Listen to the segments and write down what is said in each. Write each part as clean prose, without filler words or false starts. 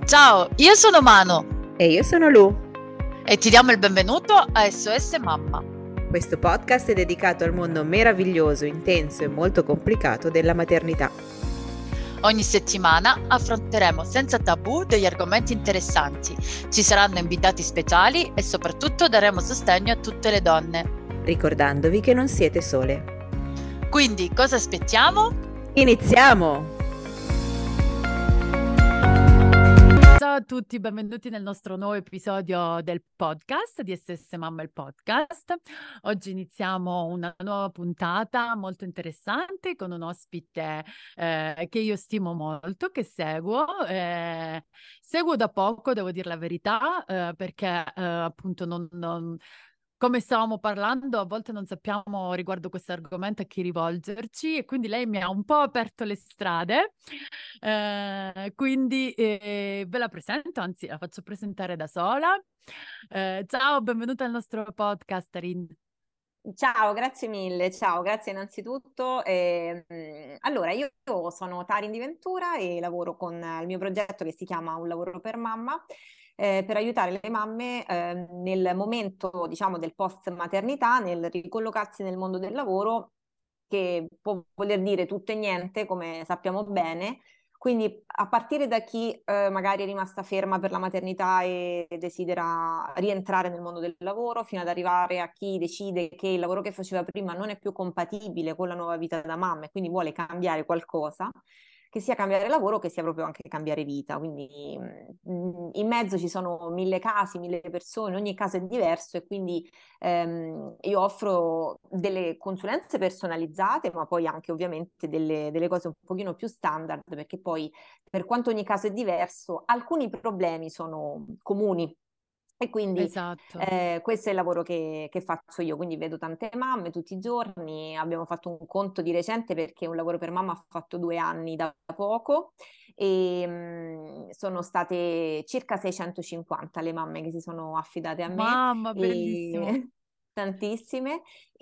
Ciao, io sono Mano E io sono Lu. e ti diamo il benvenuto a SOS Mamma. Questo podcast è dedicato al mondo meraviglioso, intenso e molto complicato della maternità. Ogni settimana affronteremo senza tabù degli argomenti interessanti, ci saranno invitati speciali e soprattutto daremo sostegno a tutte le donne. Ricordandovi che non siete sole. Quindi cosa aspettiamo? Iniziamo! Ciao a tutti, benvenuti nel nostro nuovo episodio del podcast di SS Mamma il podcast. Oggi iniziamo una nuova puntata molto interessante con un ospite che io stimo molto, che seguo. Seguo da poco, devo dire la verità, perché appunto come stavamo parlando, a volte non sappiamo riguardo questo argomento a chi rivolgerci e quindi lei mi ha un po' aperto le strade. Quindi ve la presento, anzi la faccio presentare da sola. Ciao, benvenuta al nostro podcast, Rin. Ciao, grazie mille. Ciao, grazie innanzitutto. Allora, io sono Tarin Di Ventura e lavoro con il mio progetto che si chiama Un lavoro per mamma, per aiutare le mamme nel momento, diciamo, del post maternità, nel ricollocarsi nel mondo del lavoro, che può voler dire tutto e niente, come sappiamo bene. Quindi a partire da chi magari è rimasta ferma per la maternità e desidera rientrare nel mondo del lavoro, fino ad arrivare a chi decide che il lavoro che faceva prima non è più compatibile con la nuova vita da mamma e quindi vuole cambiare qualcosa, che sia cambiare lavoro, che sia proprio anche cambiare vita. Quindi in mezzo ci sono mille casi, mille persone, ogni caso è diverso e quindi io offro delle consulenze personalizzate, ma poi anche ovviamente delle cose un pochino più standard, perché poi per quanto ogni caso è diverso, alcuni problemi sono comuni. E quindi Esatto. questo è il lavoro che faccio io, quindi vedo tante mamme tutti i giorni, abbiamo fatto un conto di recente perché un lavoro per mamma ha fatto 2 anni da poco e sono state circa 650 le mamme che si sono affidate a me Mamma, bellissimo. e tantissime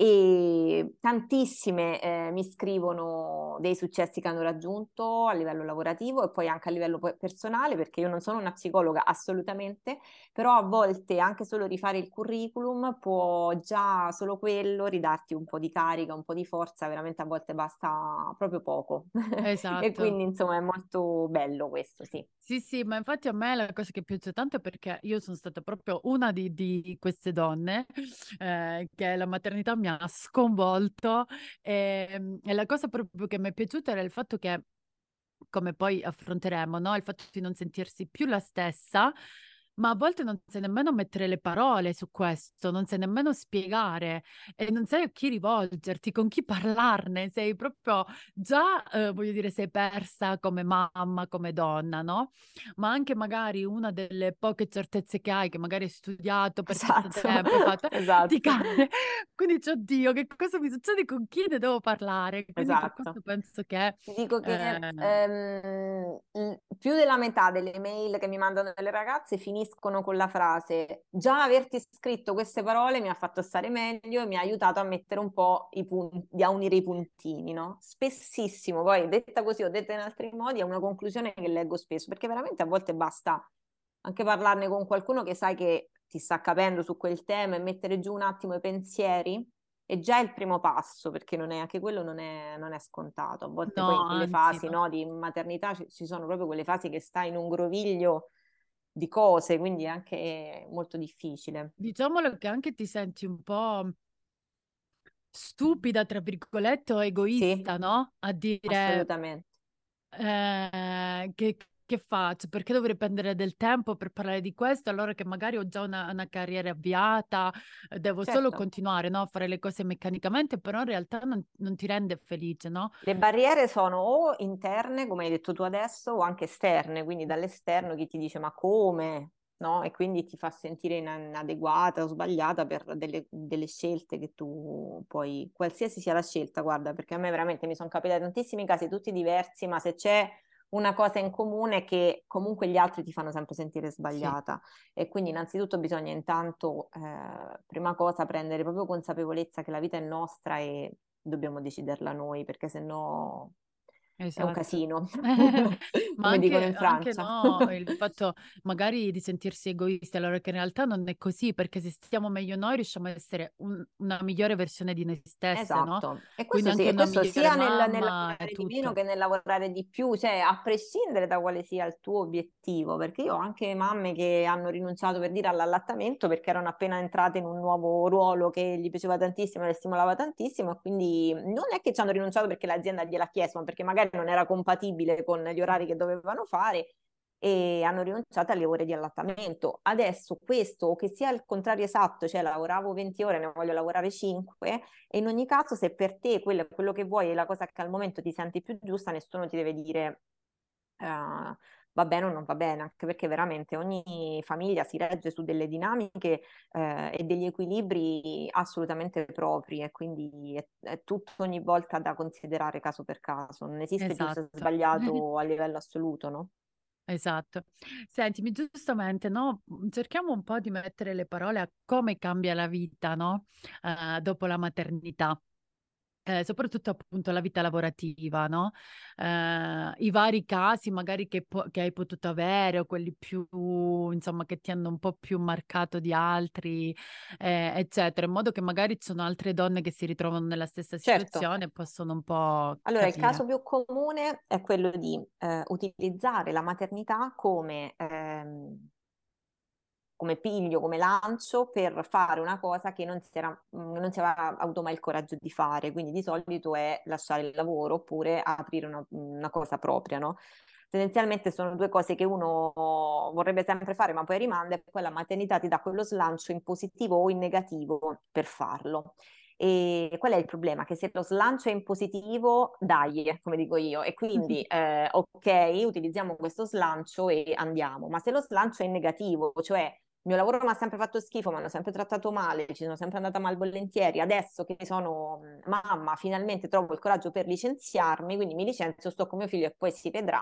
e tantissime mi scrivono dei successi che hanno raggiunto a livello lavorativo e poi anche a livello personale, perché io non sono una psicologa assolutamente, però a volte anche solo rifare il curriculum può già solo quello ridarti un po' di carica, un po' di forza, veramente a volte basta proprio poco. E Esatto. quindi insomma è molto bello questo, sì. Sì, ma infatti a me la cosa che piace tanto è perché io sono stata proprio una di queste donne che la maternità mi ha sconvolto e la cosa proprio che mi è piaciuta era il fatto che, come poi affronteremo, no? Il fatto di non sentirsi più la stessa, ma a volte non sai nemmeno mettere le parole su questo, non sai nemmeno spiegare e non sai a chi rivolgerti, con chi parlarne, sei proprio già, voglio dire, sei persa come mamma, come donna, no? Ma anche magari una delle poche certezze che hai, che magari hai studiato per tanto Esatto, tempo, hai fatto, ti esatto, cade. Quindi, c'ho Dio, che cosa mi succede, con chi ne devo parlare? Quindi per esatto. questo penso che... Ti dico che eh, più della metà delle mail che mi mandano le ragazze finiscono con la frase: già averti scritto queste parole mi ha fatto stare meglio e mi ha aiutato a mettere un po' i punti, a unire i puntini, no? Spessissimo, poi detta così o detta in altri modi, è una conclusione che leggo spesso, perché veramente a volte basta anche parlarne con qualcuno che sai che ti sta capendo su quel tema e mettere giù un attimo i pensieri è già il primo passo, perché anche quello non è scontato. A volte no, poi in quelle anzi, fasi, no. no, di maternità ci sono proprio quelle fasi che stai in un groviglio di cose, quindi è anche molto difficile. Diciamolo che anche ti senti un po' stupida, tra virgolette, o Sì, egoista, no? A dire assolutamente. che faccio? Perché dovrei prendere del tempo per parlare di questo? Allora che magari ho già una carriera avviata, devo solo Certo. continuare, no? A fare le cose meccanicamente, però in realtà non ti rende felice, no? Le barriere sono o interne, come hai detto tu adesso, o anche esterne, quindi dall'esterno chi ti dice ma come, no? E quindi ti fa sentire inadeguata o sbagliata per delle scelte che tu puoi, qualsiasi sia la scelta, guarda, perché a me veramente mi sono capitati tantissimi casi, tutti diversi, ma se c'è una cosa in comune è che comunque gli altri ti fanno sempre sentire Sì. sbagliata e quindi innanzitutto bisogna intanto, prima cosa, prendere proprio consapevolezza che la vita è nostra e dobbiamo deciderla noi, perché sennò è un Esatto. casino, Ma come dicono anche, in anche Francia. no, il fatto magari di sentirsi egoisti, allora che in realtà non è così, perché se stiamo meglio noi riusciamo a essere una migliore versione di noi stesse, no? Esatto, e Quindi questo sì, anche e una questo migliore sia nel mamma e lavorare di meno tutto. che nel lavorare di più, cioè a prescindere da quale sia il tuo obiettivo, perché io ho anche mamme che hanno rinunciato per dire all'allattamento perché erano appena entrate in un nuovo ruolo che gli piaceva tantissimo, le stimolava tantissimo, e quindi non è che ci hanno rinunciato perché l'azienda gliel'ha chiesto, ma perché magari non era compatibile con gli orari che dovevano fare e hanno rinunciato alle ore di allattamento. Adesso questo, o che sia il contrario esatto, cioè lavoravo 20 ore, ne voglio lavorare 5, e in ogni caso se per te quello che vuoi è la cosa che al momento ti senti più giusta, nessuno ti deve dire va bene o non va bene, anche perché veramente ogni famiglia si regge su delle dinamiche e degli equilibri assolutamente propri, e quindi è tutto ogni volta da considerare caso per caso, non esiste giusto o Esatto. sbagliato a livello assoluto, no? Esatto. Sentimi, giustamente, no? Cerchiamo un po' di mettere le parole a come cambia la vita, no? Dopo la maternità. Soprattutto appunto la vita lavorativa, no? I vari casi magari che hai potuto avere o quelli più, insomma, che ti hanno un po' più marcato di altri, eccetera, in modo che magari ci sono altre donne che si ritrovano nella stessa Certo. situazione e possono un po' Allora, il capire. caso più comune è quello di utilizzare la maternità come piglio, come lancio per fare una cosa che non si aveva avuto mai il coraggio di fare. Quindi di solito è lasciare il lavoro oppure aprire una cosa propria, no? Tendenzialmente sono due cose che uno vorrebbe sempre fare, ma poi rimanda, e poi la maternità ti dà quello slancio in positivo o in negativo per farlo. E qual è il problema? Che se lo slancio è in positivo, dai, come dico io, e quindi ok, utilizziamo questo slancio e andiamo, ma se lo slancio è in negativo, cioè il mio lavoro mi ha sempre fatto schifo, mi hanno sempre trattato male, ci sono sempre andata malvolentieri, adesso che sono mamma, finalmente trovo il coraggio per licenziarmi, quindi mi licenzio, sto con mio figlio e poi si vedrà,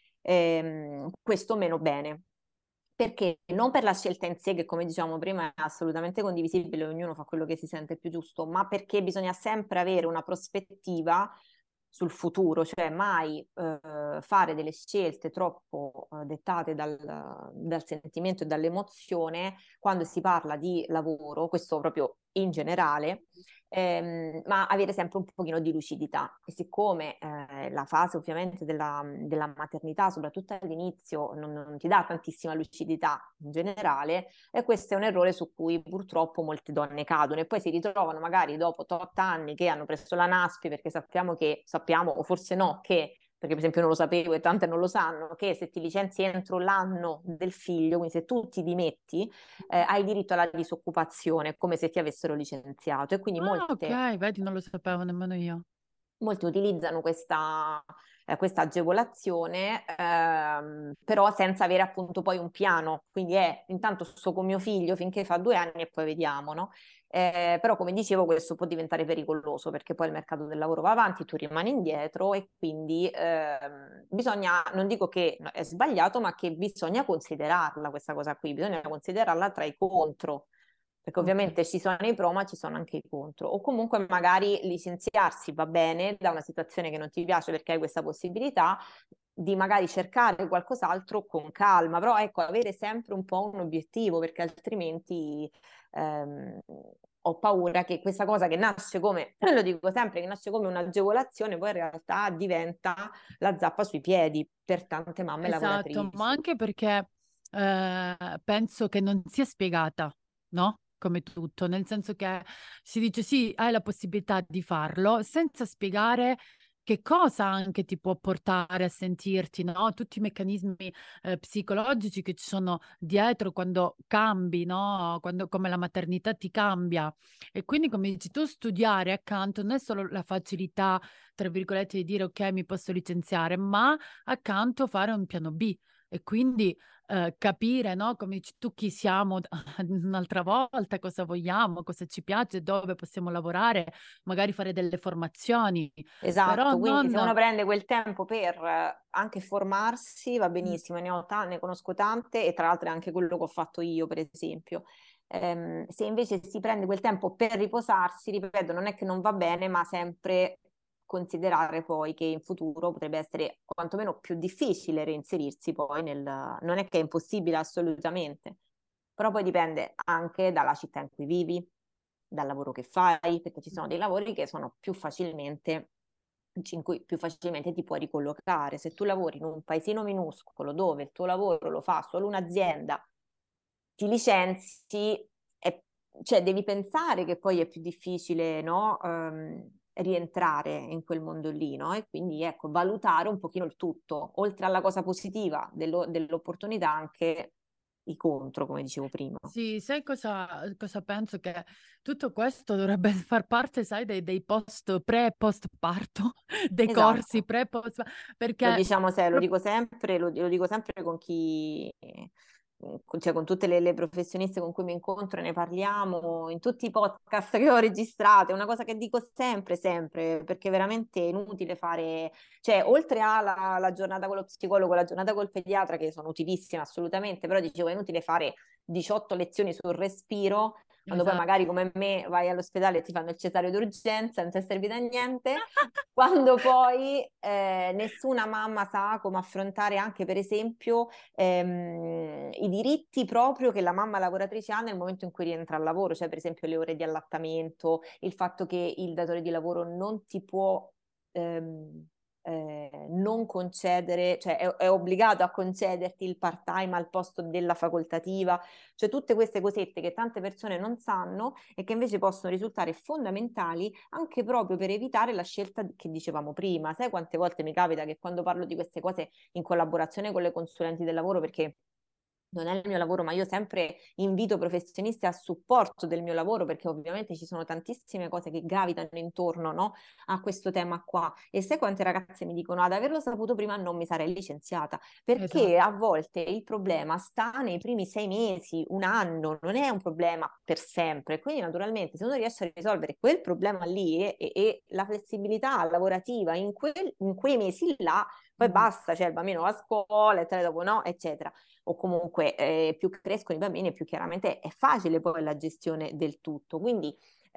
questo meno bene. Perché? Non per la scelta in sé, che come dicevamo prima è assolutamente condivisibile, ognuno fa quello che si sente più giusto, ma perché bisogna sempre avere una prospettiva sul futuro, cioè mai fare delle scelte troppo dettate dal sentimento e dall'emozione quando si parla di lavoro, questo proprio in generale, ma avere sempre un pochino di lucidità. E siccome la fase ovviamente della maternità, soprattutto all'inizio, non ti dà tantissima lucidità in generale, e questo è un errore su cui purtroppo molte donne cadono e poi si ritrovano magari dopo 8 anni che hanno preso la NASPI, perché sappiamo o forse no, che perché per esempio non lo sapevo e tante non lo sanno, che se ti licenzi entro l'anno del figlio, quindi se tu ti dimetti, hai diritto alla disoccupazione, come se ti avessero licenziato. E quindi Ah, ok, vedi, non lo sapevo nemmeno io. molti utilizzano questa agevolazione, però senza avere appunto poi un piano. Quindi intanto sto con mio figlio finché fa 2 anni e poi vediamo, no? Però come dicevo questo può diventare pericoloso perché poi il mercato del lavoro va avanti, tu rimani indietro, e quindi bisogna, non dico che è sbagliato, ma che bisogna considerarla questa cosa qui, bisogna considerarla tra i contro, perché Ok. ovviamente ci sono i pro ma ci sono anche i contro, o comunque magari licenziarsi va bene da una situazione che non ti piace perché hai questa possibilità di magari cercare qualcos'altro con calma, però ecco, avere sempre un po' un obiettivo, perché altrimenti ho paura che questa cosa che nasce come, lo dico sempre, che nasce come un'agevolazione, poi in realtà diventa la zappa sui piedi per tante mamme Esatto, ma lavoratrici. anche perché penso che non sia spiegata, no? Come tutto, nel senso che si dice sì, hai la possibilità di farlo, senza spiegare che cosa anche ti può portare a sentirti, no? Tutti i meccanismi psicologici che ci sono dietro quando cambi, no? Quando, come la maternità ti cambia. E quindi, come dici tu, studiare accanto non è solo la facilità, tra virgolette, di dire ok, mi posso licenziare, ma accanto fare un piano B e quindi capire, no? Come dici tu, chi siamo un'altra volta, cosa vogliamo, cosa ci piace, dove possiamo lavorare, magari fare delle formazioni, però Esatto, quindi se uno non... prende quel tempo per anche formarsi, va Mm, benissimo, ne conosco tante, e tra l'altro è anche quello che ho fatto io, per esempio. Se invece si prende quel tempo per riposarsi, ripeto, non è che non va bene, ma sempre considerare poi che in futuro potrebbe essere quantomeno più difficile reinserirsi poi non è che è impossibile assolutamente, però poi dipende anche dalla città in cui vivi, dal lavoro che fai, perché ci sono dei lavori che sono più facilmente in cui più facilmente ti puoi ricollocare. Se tu lavori in un paesino minuscolo dove il tuo lavoro lo fa solo un'azienda, ti licenzi, cioè devi pensare che poi è più difficile, no? Rientrare in quel mondo lì, no? E quindi ecco, valutare un pochino il tutto, oltre alla cosa positiva dell'opportunità, anche i contro, come dicevo prima. Sì, sai cosa penso? Che tutto questo dovrebbe far parte, sai, dei post, pre e post parto, dei corsi Esatto. pre e post, Lo perché diciamo lo dico sempre, lo dico sempre con chi, cioè con tutte le professioniste con cui mi incontro e ne parliamo, in tutti i podcast che ho registrato, è una cosa che dico sempre, sempre, perché è veramente inutile fare, cioè oltre alla giornata con lo psicologo, la giornata col pediatra, che sono utilissime assolutamente, però dicevo è inutile fare 18 lezioni sul respiro, quando poi esatto. magari come me vai all'ospedale e ti fanno il cesareo d'urgenza, non ti è servito a niente, quando poi nessuna mamma sa come affrontare anche, per esempio, i diritti proprio che la mamma lavoratrice ha nel momento in cui rientra al lavoro, cioè per esempio le ore di allattamento, il fatto che il datore di lavoro non ti può non concedere, cioè è obbligato a concederti il part-time al posto della facoltativa, cioè tutte queste cosette che tante persone non sanno e che invece possono risultare fondamentali anche proprio per evitare la scelta che dicevamo prima. Sai quante volte mi capita che quando parlo di queste cose in collaborazione con le consulenti del lavoro, perché non è il mio lavoro, ma io sempre invito professionisti a supporto del mio lavoro, perché ovviamente ci sono tantissime cose che gravitano intorno, no, a questo tema qua. E sai quante ragazze mi dicono: ad averlo saputo prima non mi sarei licenziata, perché Esatto. a volte il problema sta nei primi 6 mesi, un anno, non è un problema per sempre. Quindi naturalmente se uno riesce a risolvere quel problema lì e la flessibilità lavorativa in quei mesi là, poi Mhm. basta, cioè il bambino va a scuola e dopo no, eccetera, o comunque più crescono i bambini, più chiaramente è facile poi la gestione del tutto. Quindi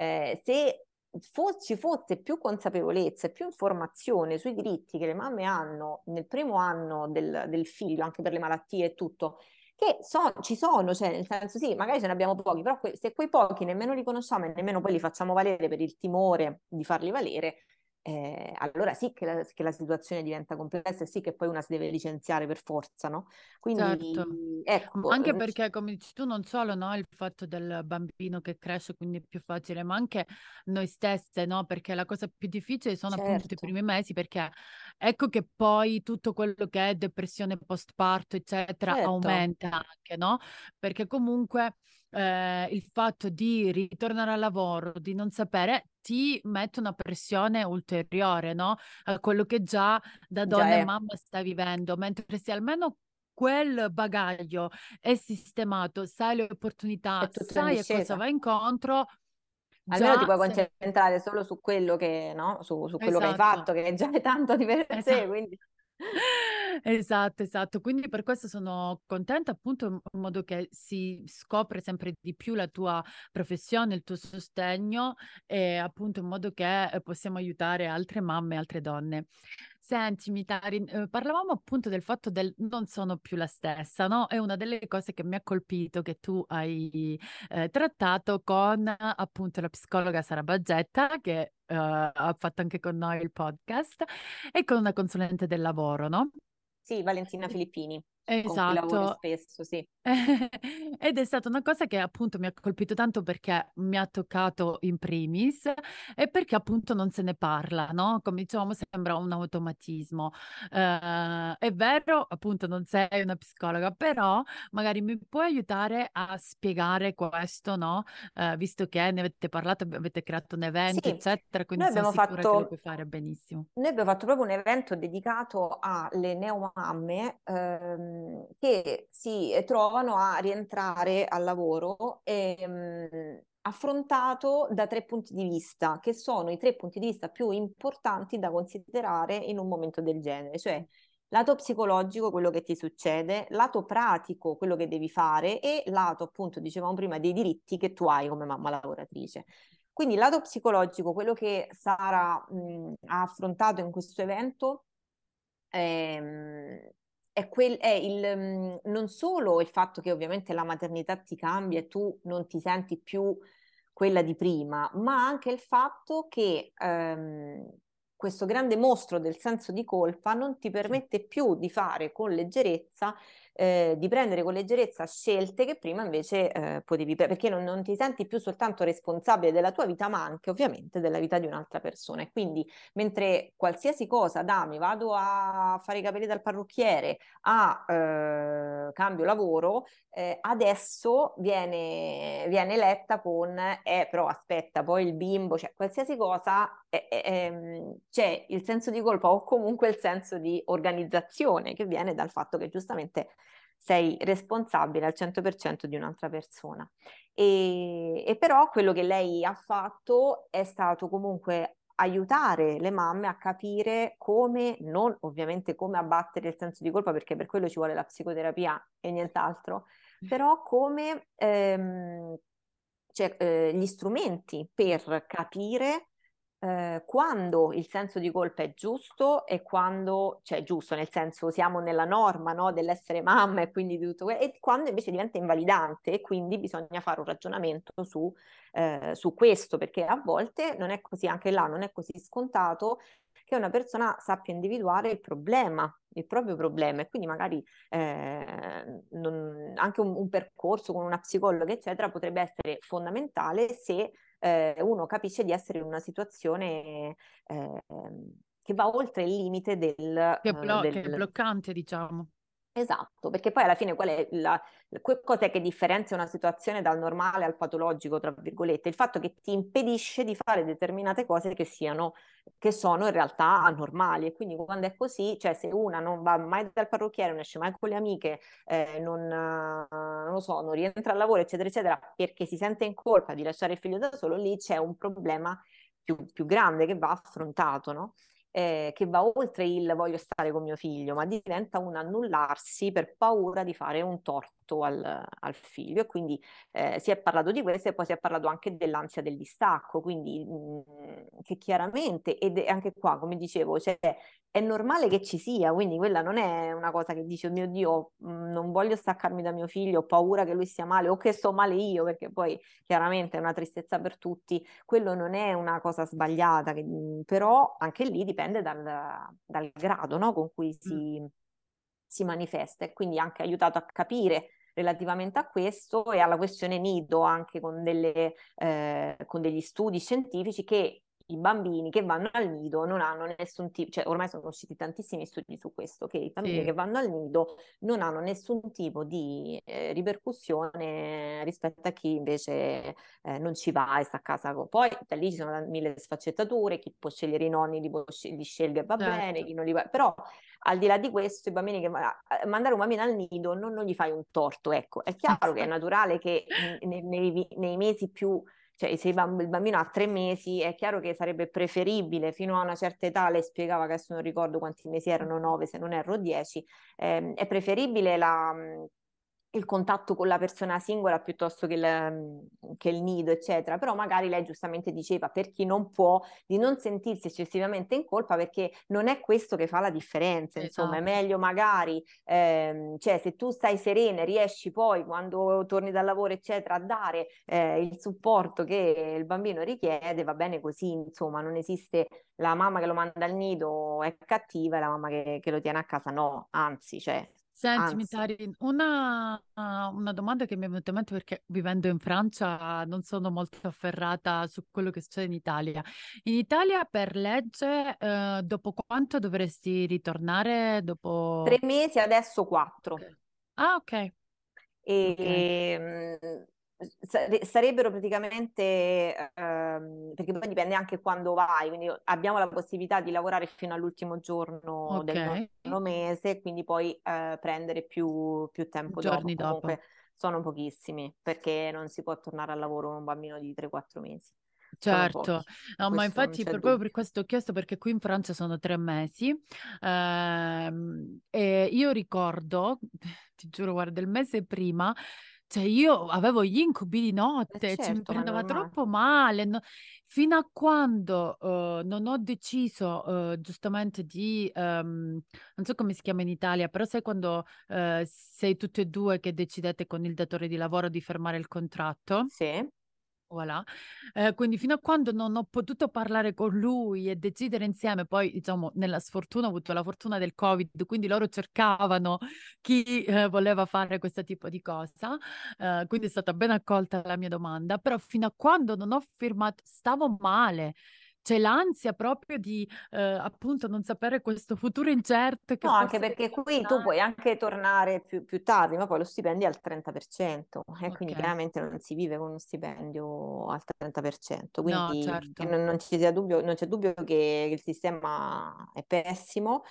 se ci fosse più consapevolezza e più informazione sui diritti che le mamme hanno nel primo anno del figlio, anche per le malattie e tutto, che ci sono, cioè nel senso sì, magari ce ne abbiamo pochi, però se quei pochi nemmeno li conosciamo e nemmeno poi li facciamo valere per il timore di farli valere, allora sì che la situazione diventa complessa e sì che poi una si deve licenziare per forza, no? Certo, Quindi ma ecco, anche perché, come dici tu, non solo, no, il fatto del bambino che cresce, quindi è più facile, ma anche noi stesse, no? Perché la cosa più difficile sono appunto i certo, primi mesi, perché ecco che poi tutto quello che è depressione postparto, eccetera, certo, aumenta anche, no? Perché comunque il fatto di ritornare al lavoro, di non sapere, ti mette una pressione ulteriore, no? A quello che già da già donna e è, mamma stai vivendo, mentre se almeno quel bagaglio è sistemato, sai le opportunità, è tutto in sai a cosa discesa. va incontro, Almeno ti già puoi sei... concentrare solo su quello che, no? Su quello che hai Esatto, fatto, che già è tanto di per sé, esatto. quindi Esatto, esatto. Quindi per questo sono contenta appunto in modo che si scopre sempre di più la tua professione, il tuo sostegno e appunto in modo che possiamo aiutare altre mamme, altre donne. Senti, Mitari, parlavamo appunto del fatto del non sono più la stessa, no? È una delle cose che mi ha colpito che tu hai trattato con appunto la psicologa Sara Baggetta, che ha fatto anche con noi il podcast, e con una consulente del lavoro, no? sì, Valentina Filippini, con cui lavoro Esatto. spesso, sì. Ed è stata una cosa che appunto mi ha colpito tanto perché mi ha toccato in primis e perché appunto non se ne parla, no? Come dicevamo, sembra un automatismo. È vero, appunto, non sei una psicologa, però magari mi puoi aiutare a spiegare questo, no? Visto che ne avete parlato, avete creato un evento, Sì, eccetera, quindi noi sono abbiamo sicura che lo fatto puoi fare benissimo. Noi abbiamo fatto proprio un evento dedicato alle neomamme che si trovano a rientrare al lavoro e affrontato da 3 punti di vista, che sono i 3 punti di vista più importanti da considerare in un momento del genere, cioè lato psicologico, quello che ti succede, lato pratico, quello che devi fare e lato, appunto, dicevamo prima, dei diritti che tu hai come mamma lavoratrice. Quindi il lato psicologico, quello che Sara ha affrontato in questo evento, non solo il fatto che ovviamente la maternità ti cambia e tu non ti senti più quella di prima, ma anche il fatto che questo grande mostro del senso di colpa non ti permette più di fare con leggerezza, di prendere con leggerezza scelte che prima invece potevi, perché non ti senti più soltanto responsabile della tua vita, ma anche ovviamente della vita di un'altra persona. E quindi mentre qualsiasi cosa, mi vado a fare i capelli dal parrucchiere, cambio lavoro, adesso viene letta con però aspetta, poi il bimbo, cioè qualsiasi cosa c'è il senso di colpa o comunque il senso di organizzazione che viene dal fatto che giustamente sei responsabile al 100% di un'altra persona. E però quello che lei ha fatto è stato comunque aiutare le mamme a capire come, non ovviamente come abbattere il senso di colpa, perché per quello ci vuole la psicoterapia e nient'altro, però come gli strumenti per capire quando il senso di colpa è giusto e quando, cioè giusto, nel senso siamo nella norma, no, dell'essere mamma e quindi di tutto e quando invece diventa invalidante e quindi bisogna fare un ragionamento su questo, perché a volte non è così, anche là non è così scontato che una persona sappia individuare il problema, il proprio problema e quindi magari anche un percorso con una psicologa eccetera potrebbe essere fondamentale se uno capisce di essere in una situazione che va oltre il limite che è bloccante, diciamo. Esatto, perché poi alla fine qual è cos'è che differenzia una situazione dal normale al patologico, tra virgolette? Il fatto che ti impedisce di fare determinate cose che sono in realtà anormali. E quindi quando è così, cioè se una non va mai dal parrucchiere, non esce mai con le amiche, non lo so, non rientra al lavoro, eccetera, eccetera, perché si sente in colpa di lasciare il figlio da solo, lì c'è un problema più grande che va affrontato, no? Che va oltre il voglio stare con mio figlio, ma diventa un annullarsi per paura di fare un torto al figlio. E quindi si è parlato di questo e poi si è parlato anche dell'ansia del distacco, quindi che chiaramente, ed è anche qua, come dicevo, cioè, è normale che ci sia, quindi quella non è una cosa che dice, oh mio Dio, non voglio staccarmi da mio figlio, ho paura che lui stia male o che sto male io, perché poi chiaramente è una tristezza per tutti, quello non è una cosa sbagliata, però anche lì dipende dal grado, no, con cui si manifesta e quindi anche aiutato a capire relativamente a questo e alla questione nido, anche con degli studi scientifici che i bambini che vanno al nido non hanno nessun tipo, cioè ormai sono usciti tantissimi studi su questo, che i bambini che vanno al nido non hanno nessun tipo di ripercussione rispetto a chi invece non ci va e sta a casa. Poi da lì ci sono mille sfaccettature, chi può scegliere i nonni li sceglie e va bene, chi non li va, però al di là di questo, i bambini mandare un bambino al nido non gli fai un torto, ecco. È chiaro che è naturale che nei mesi più, cioè se il bambino ha 3 mesi, è chiaro che sarebbe preferibile fino a una certa età, lei spiegava che adesso non ricordo quanti mesi erano, 9 se non erro 10, è preferibile il contatto con la persona singola piuttosto che il nido, eccetera. Però magari lei giustamente diceva per chi non può di non sentirsi eccessivamente in colpa perché non è questo che fa la differenza, insomma, è meglio magari, cioè se tu stai serena e riesci poi quando torni dal lavoro, eccetera, a dare il supporto che il bambino richiede, va bene così, insomma, non esiste la mamma che lo manda al nido è cattiva e la mamma che lo tiene a casa no, anzi, cioè Senti, anzi. Mitari, una domanda che mi è venuta in mente perché vivendo in Francia non sono molto afferrata su quello che succede in Italia. In Italia per legge, dopo quanto dovresti ritornare? Dopo 3 mesi, adesso 4. Ok. Ah, ok, ok. E sarebbero praticamente, perché poi dipende anche quando vai, quindi abbiamo la possibilità di lavorare fino all'ultimo giorno Ok, del nono mese, quindi poi prendere più tempo dopo. giorni dopo. Comunque sono pochissimi, perché non si può tornare al lavoro con un bambino di 3-4 mesi. Sono Certo, pochi, no, ma questo non infatti c'è proprio dubbio. per questo ho chiesto perché qui in Francia sono 3 mesi e io ricordo, ti giuro, guarda, il mese prima Cioè io avevo gli incubi di notte, cioè mi Certo, ma è prendeva normale. troppo male, fino a quando non ho deciso giustamente di, non so come si chiama in Italia, però sai quando sei tutti e due che decidete con il datore di lavoro di fermare il contratto? Sì. Voilà. Quindi fino a quando non ho potuto parlare con lui e decidere insieme, poi diciamo nella sfortuna ho avuto la fortuna del Covid, quindi loro cercavano chi voleva fare questo tipo di cosa, quindi è stata ben accolta la mia domanda, però fino a quando non ho firmato stavo male, c'è l'ansia proprio di appunto non sapere questo futuro incerto che No, anche forse devo perché qui tu cambiare. puoi anche tornare più tardi, ma poi lo stipendio è al 30% e Ok, quindi chiaramente non si vive con uno stipendio al 30%, no, quindi che certo. non ci sia dubbio, non c'è dubbio che il sistema è pessimo,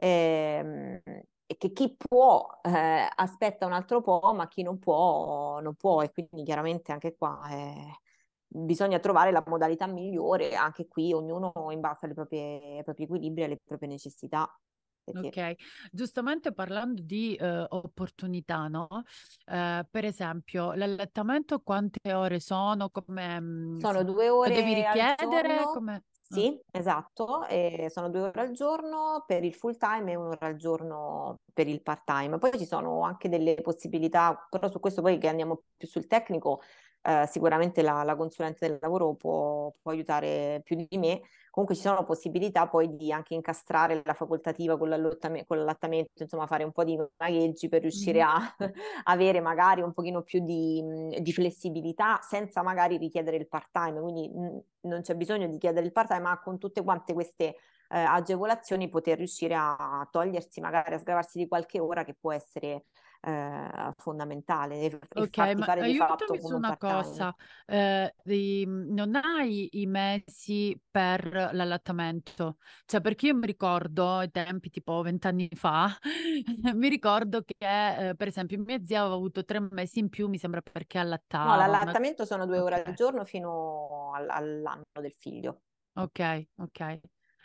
e che chi può aspetta un altro po', ma chi non può non può, e quindi chiaramente anche qua bisogna trovare la modalità migliore, anche qui ognuno in base ai propri equilibri e alle proprie necessità. Perché Ok, giustamente parlando di opportunità, no? Per esempio, l'allattamento quante ore sono? Come sono lo devi 2 ore al richiedere? giorno, Come... ah, sì, esatto, e sono 2 ore al giorno per il full time e 1 ora al giorno per il part time. Poi ci sono anche delle possibilità, però su questo poi che andiamo più sul tecnico, sicuramente la consulente del lavoro può aiutare più di me. Comunque ci sono possibilità poi di anche incastrare la facoltativa con l'allattamento, insomma fare un po' di magheggi per riuscire mhm. a avere magari un pochino più di flessibilità senza magari richiedere il part-time, quindi non c'è bisogno di chiedere il part-time, ma con tutte quante queste agevolazioni poter riuscire a togliersi, magari a sgravarsi di qualche ora che può essere fondamentale e Ok, farti ma fare di fatto aiutami su come un una part-time. cosa. Non hai i mesi per l'allattamento? Cioè, perché io mi ricordo ai tempi tipo 20 anni fa, mi ricordo che per esempio mia zia aveva avuto 3 mesi in più, mi sembra perché No, allattava. l'allattamento sono 2 ore al Ok. giorno fino all'anno del figlio. Ok, ok.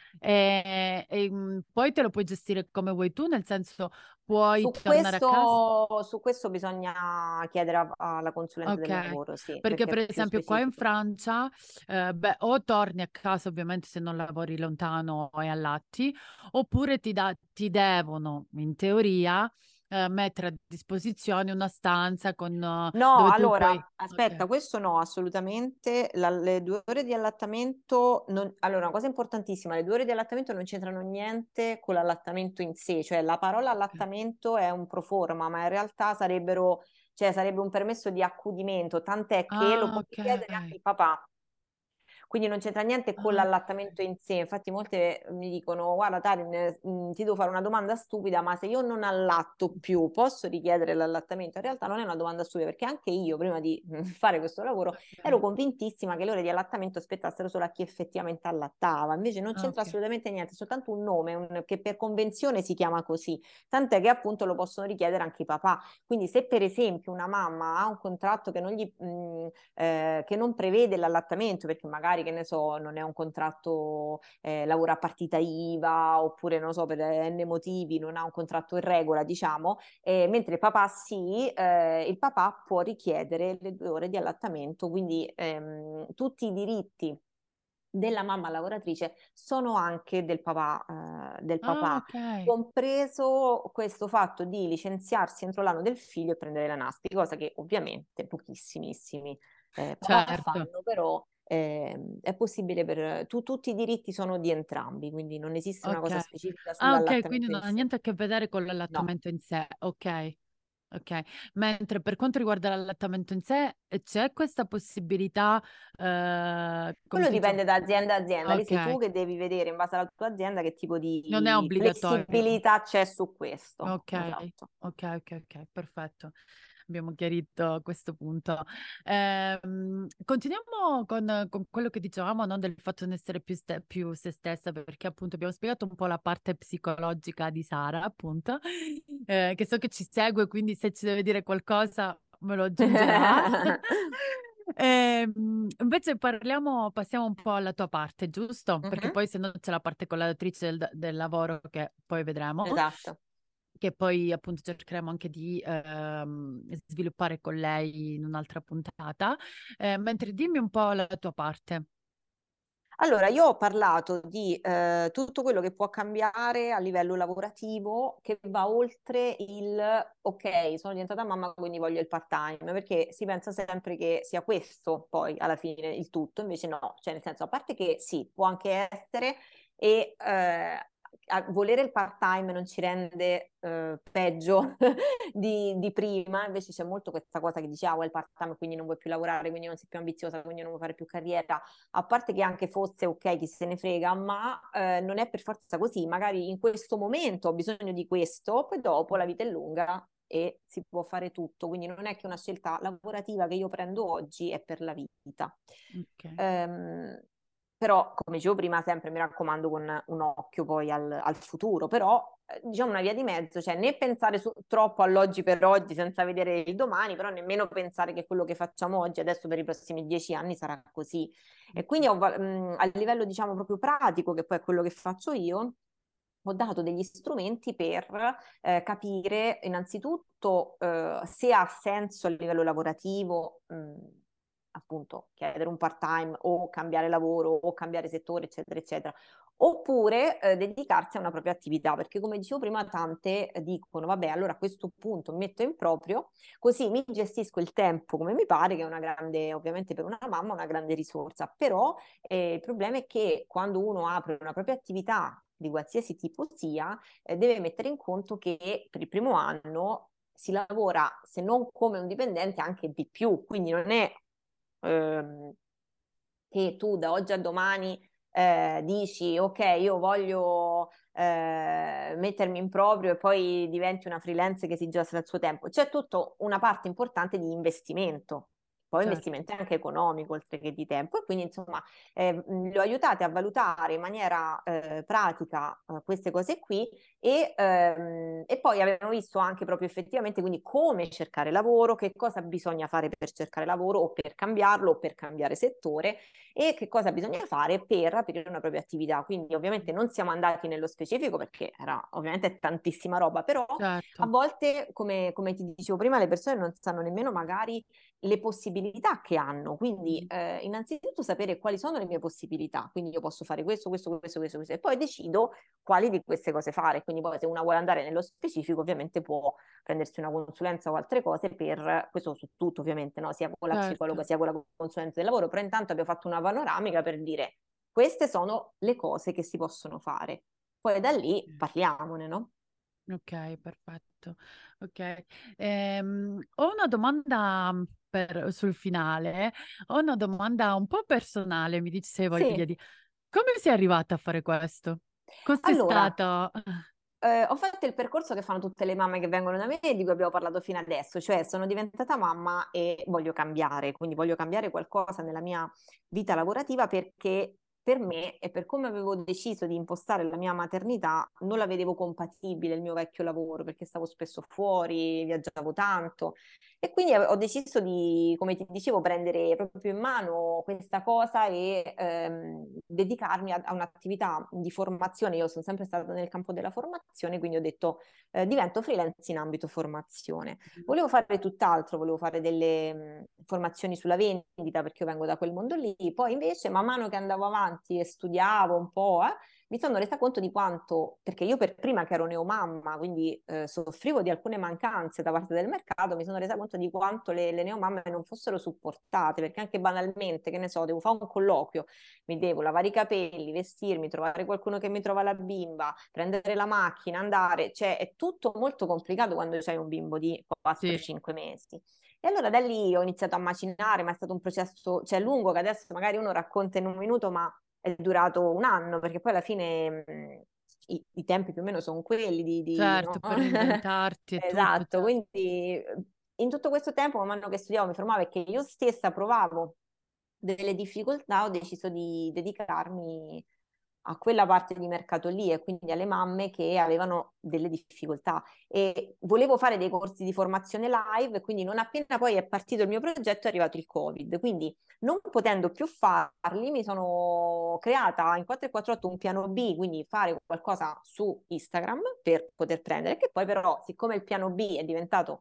Poi te lo puoi gestire come vuoi tu, nel senso puoi tornare a casa. Su questo bisogna chiedere alla consulente del Ok, lavoro, sì, perché perché per è più esempio qua in specifico. Francia, beh, o torni a casa ovviamente se non lavori lontano e allatti, oppure ti devono, in teoria, mettere a disposizione una stanza con, No, dove tu puoi... allora, Ok. aspetta, questo no, assolutamente. Le 2 ore di allattamento, allora, una cosa importantissima, le 2 ore di allattamento non c'entrano niente con l'allattamento in sé, cioè la parola Ok. allattamento è un proforma, ma in realtà sarebbe un permesso di accudimento, tant'è che lo Ah, può ok. richiedere anche il papà. Quindi non c'entra niente con Ah, ok. l'allattamento in sé. Infatti, molte mi dicono: Guarda, Tarin, ti devo fare una domanda stupida, ma se io non allatto più, posso richiedere l'allattamento? In realtà non è una domanda stupida, perché anche io, prima di fare questo lavoro, ero Ok. convintissima che le ore di allattamento spettassero solo a chi effettivamente allattava. Invece non Ah, c'entra ok. assolutamente niente, è soltanto un nome che per convenzione si chiama così. Tant'è che appunto lo possono richiedere anche i papà. Quindi, se per esempio una mamma ha un contratto che non prevede l'allattamento, perché magari, che ne so, non è un contratto, lavora a partita IVA, oppure, non so, per N motivi non ha un contratto in regola, diciamo, mentre il papà sì, il papà può richiedere le 2 ore di allattamento, quindi tutti i diritti della mamma lavoratrice sono anche del Ah, papà, ok. compreso questo fatto di licenziarsi entro l'anno del figlio e prendere la NASPI, cosa che ovviamente pochissimissimi papà Certo. fanno, però è possibile tutti i diritti sono di entrambi, quindi non esiste una Ok. cosa specifica Ah, ok, quindi sull'allattamento non in ha sé. niente a che vedere con No. l'allattamento in sé. Ok. Ok, mentre per quanto riguarda l'allattamento in sé, c'è questa possibilità, come Quello si dice? dipende da azienda a azienda, lì sei tu Ok, che devi vedere in base alla tua azienda che tipo non è di obbligatorio. flessibilità c'è su questo. Ok, Esatto. ok, perfetto. Abbiamo chiarito questo punto. Continuiamo con quello che dicevamo, no, del fatto di essere più se stessa, perché appunto abbiamo spiegato un po' la parte psicologica di Sara, appunto, che so che ci segue, quindi se ci deve dire qualcosa me lo aggiungerà. Invece passiamo un po' alla tua parte, giusto? Perché Mhm. poi se no c'è la parte con la datrice del lavoro che poi vedremo. Esatto. che poi appunto cercheremo anche di sviluppare con lei in un'altra puntata. Mentre dimmi un po' la tua parte. Allora, io ho parlato di tutto quello che può cambiare a livello lavorativo, che va oltre il ok, sono diventata mamma, quindi voglio il part-time, perché si pensa sempre che sia questo poi alla fine il tutto, invece no, cioè nel senso, a parte che sì, può anche essere, e volere il part-time non ci rende peggio di prima, invece c'è molto questa cosa che dice, ah, vuoi il part-time, quindi non vuoi più lavorare, quindi non sei più ambiziosa, quindi non vuoi fare più carriera, a parte che anche fosse ok, chi se ne frega, ma non è per forza così, magari in questo momento ho bisogno di questo, poi dopo la vita è lunga e si può fare tutto, quindi non è che una scelta lavorativa che io prendo oggi è per la vita. Ok. Ehm, Però, come dicevo prima, sempre mi raccomando con un occhio poi al futuro, però diciamo una via di mezzo, cioè né pensare troppo all'oggi per oggi senza vedere il domani, però nemmeno pensare che quello che facciamo oggi adesso per i prossimi 10 anni sarà così. E quindi a livello diciamo proprio pratico, che poi è quello che faccio io, ho dato degli strumenti per capire innanzitutto se ha senso a livello lavorativo, appunto chiedere un part-time o cambiare lavoro o cambiare settore, eccetera, eccetera, oppure dedicarsi a una propria attività, perché come dicevo prima, tante dicono, vabbè, allora a questo punto mi metto in proprio, così mi gestisco il tempo come mi pare, che è una grande, ovviamente per una mamma, una grande risorsa, però il problema è che quando uno apre una propria attività di qualsiasi tipo sia, deve mettere in conto che per il primo anno si lavora, se non come un dipendente, anche di più, quindi non è ehm, che tu da oggi a domani dici ok, io voglio mettermi in proprio e poi diventi una freelance che si gioca il suo tempo. C'è tutta una parte importante di investimento. Poi Certo, investimento anche economico oltre che di tempo, e quindi insomma le ho aiutate a valutare in maniera pratica queste cose qui, e poi abbiamo visto anche proprio effettivamente quindi come cercare lavoro, che cosa bisogna fare per cercare lavoro o per cambiarlo o per cambiare settore, e che cosa bisogna fare per aprire una propria attività. Quindi ovviamente non siamo andati nello specifico perché era ovviamente tantissima roba, però a certo. volte, come ti dicevo prima, le persone non sanno nemmeno magari le possibilità che hanno. Quindi Mhm. innanzitutto sapere quali sono le mie possibilità. Quindi io posso fare questo, questo, questo, questo, questo, e poi decido quali di queste cose fare. Quindi poi se una vuole andare nello specifico, ovviamente può prendersi una consulenza o altre cose per questo, su tutto ovviamente, no? Sia con la Certo. psicologa sia con la consulenza del lavoro, però intanto abbiamo fatto una panoramica per dire queste sono le cose che si possono fare. Poi da lì parliamone, no? Ok, perfetto. Ok. Ho una domanda sul finale, ho una domanda un po' personale, mi dici se hai voglia Sì, di... Come sei arrivata a fare questo? Cos'è allora, stato? ho fatto il percorso che fanno tutte le mamme che vengono da me e di cui abbiamo parlato fino adesso, cioè sono diventata mamma e voglio cambiare, quindi voglio cambiare qualcosa nella mia vita lavorativa, perché per me e per come avevo deciso di impostare la mia maternità non la vedevo compatibile il mio vecchio lavoro, perché stavo spesso fuori, viaggiavo tanto, e quindi ho deciso di, come ti dicevo, prendere proprio in mano questa cosa e dedicarmi a un'attività di formazione. Io sono sempre stata nel campo della formazione, quindi ho detto divento freelance in ambito formazione. Volevo fare tutt'altro, volevo fare delle formazioni sulla vendita, perché io vengo da quel mondo lì. Poi invece, man mano che andavo avanti e studiavo un po', mi sono resa conto di quanto, perché io per prima che ero neomamma, quindi soffrivo di alcune mancanze da parte del mercato, mi sono resa conto di quanto le neomamme non fossero supportate, perché anche banalmente, che ne so, devo fare un colloquio, mi devo lavare i capelli, vestirmi, trovare qualcuno che mi trova la bimba, prendere la macchina, andare, cioè è tutto molto complicato quando c'hai un bimbo di Sì, 4-5 mesi. E allora da lì ho iniziato a macinare, ma è stato un processo, cioè lungo, che adesso magari uno racconta in un minuto, ma è durato un anno, perché poi alla fine i tempi più o meno sono quelli certo, no? per reinventarti e tutto, Esatto, certo. quindi in tutto questo tempo, man mano che studiavo, mi formavo e che io stessa provavo delle difficoltà, ho deciso di dedicarmi quella parte di mercato lì e quindi alle mamme che avevano delle difficoltà. E volevo fare dei corsi di formazione live, quindi non appena poi è partito il mio progetto è arrivato il Covid, quindi non potendo più farli mi sono creata in 448 un piano B, quindi fare qualcosa su Instagram per poter prendere, che poi però siccome il piano B è diventato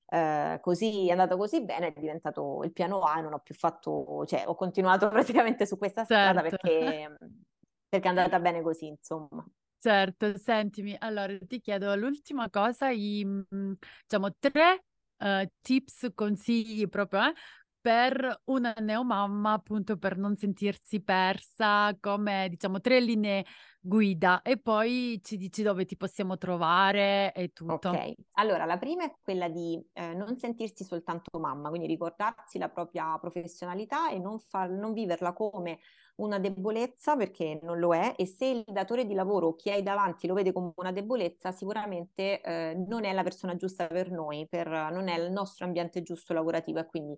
così, è andato così bene, è diventato il piano A e non ho più fatto, cioè ho continuato praticamente su questa strada Certo. perché è andata bene così, insomma. Certo, sentimi, allora ti chiedo l'ultima cosa, diciamo 3 tips, consigli proprio per una neomamma, appunto per non sentirsi persa, come diciamo 3 linee guida e poi ci dici dove ti possiamo trovare e tutto. Ok, allora la prima è quella di non sentirsi soltanto mamma, quindi ricordarsi la propria professionalità e non viverla come una debolezza perché non lo è, e se il datore di lavoro o chi hai davanti lo vede come una debolezza, sicuramente non è la persona giusta per noi, non è il nostro ambiente giusto lavorativo e quindi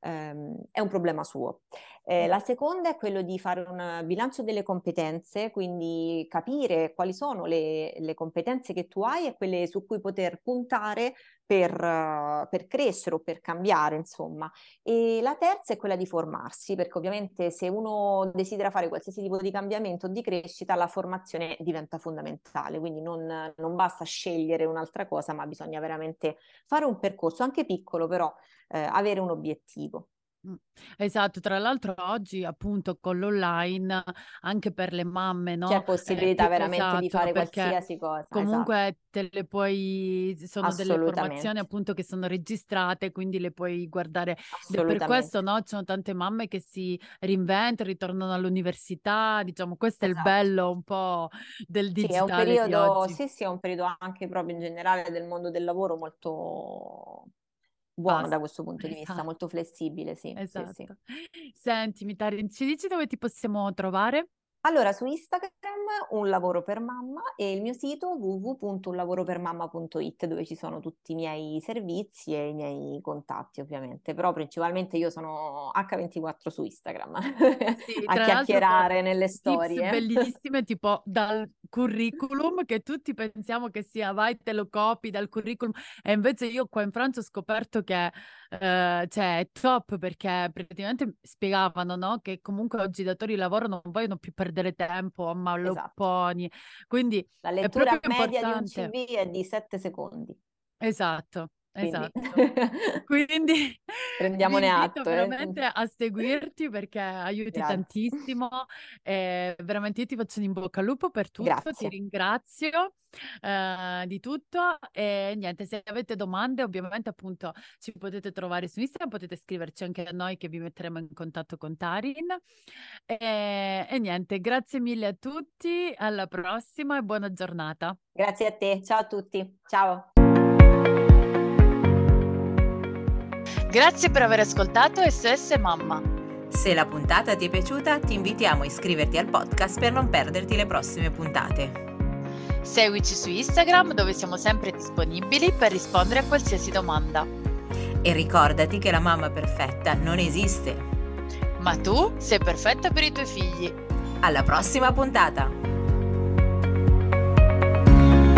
è un problema suo. La seconda è quello di fare un bilancio delle competenze, quindi capire quali sono le competenze che tu hai e quelle su cui poter puntare per crescere o per cambiare, insomma. E la terza è quella di formarsi, perché ovviamente se uno desidera fare qualsiasi tipo di cambiamento o di crescita, la formazione diventa fondamentale, quindi non basta scegliere un'altra cosa, ma bisogna veramente fare un percorso, anche piccolo, però avere un obiettivo. Esatto, tra l'altro oggi appunto con l'online anche per le mamme, no? C'è possibilità veramente di Esatto, fare perché qualsiasi cosa, esatto, comunque te le puoi, sono delle formazioni assolutamente, appunto che sono registrate, quindi le puoi guardare. Ed è per questo, assolutamente, no? Ci sono tante mamme che si reinventano, ritornano all'università, diciamo, questo è il esatto. bello un po' del Sì, è un digitale di periodo, oggi. sì, sì, è un periodo anche proprio in generale del mondo del lavoro molto buono da Basta. questo punto di vista, Esatto, molto flessibile, sì, sì, sì. esatto. Sentimi, Tarin, ci dici dove ti possiamo trovare? Allora, su Instagram Un lavoro per mamma e il mio sito www.unlavoropermamma.it dove ci sono tutti i miei servizi e i miei contatti ovviamente, però principalmente io sono H24 su Instagram Sì, a tra l'altro con chiacchierare nelle tips storie. bellissime, tipo dal curriculum, che tutti pensiamo che sia vai, te lo copi dal curriculum, e invece io qua in Francia ho scoperto che cioè, è top perché praticamente spiegavano, no? Che comunque oggi i datori di lavoro non vogliono più perdere tempo a Esatto. mallopponi, quindi La è proprio lettura media di un importante. CV è di 7 secondi, Esatto, quindi esatto. Quindi ti prendiamone invito atto. veramente a seguirti perché aiuti Grazie. tantissimo e veramente io ti faccio un in bocca al lupo per tutto, ti Grazie. ringrazio di tutto e niente, se avete domande ovviamente appunto ci potete trovare su Instagram, potete scriverci anche a noi che vi metteremo in contatto con Tarin e niente, grazie mille a tutti, alla prossima e buona giornata. Grazie a te. Ciao a tutti. Ciao. Grazie per aver ascoltato SOS Mamma. Se la puntata ti è piaciuta, ti invitiamo a iscriverti al podcast per non perderti le prossime puntate. Seguici su Instagram dove siamo sempre disponibili per rispondere a qualsiasi domanda. E ricordati che la mamma perfetta non esiste. Ma tu sei perfetta per i tuoi figli. Alla prossima puntata!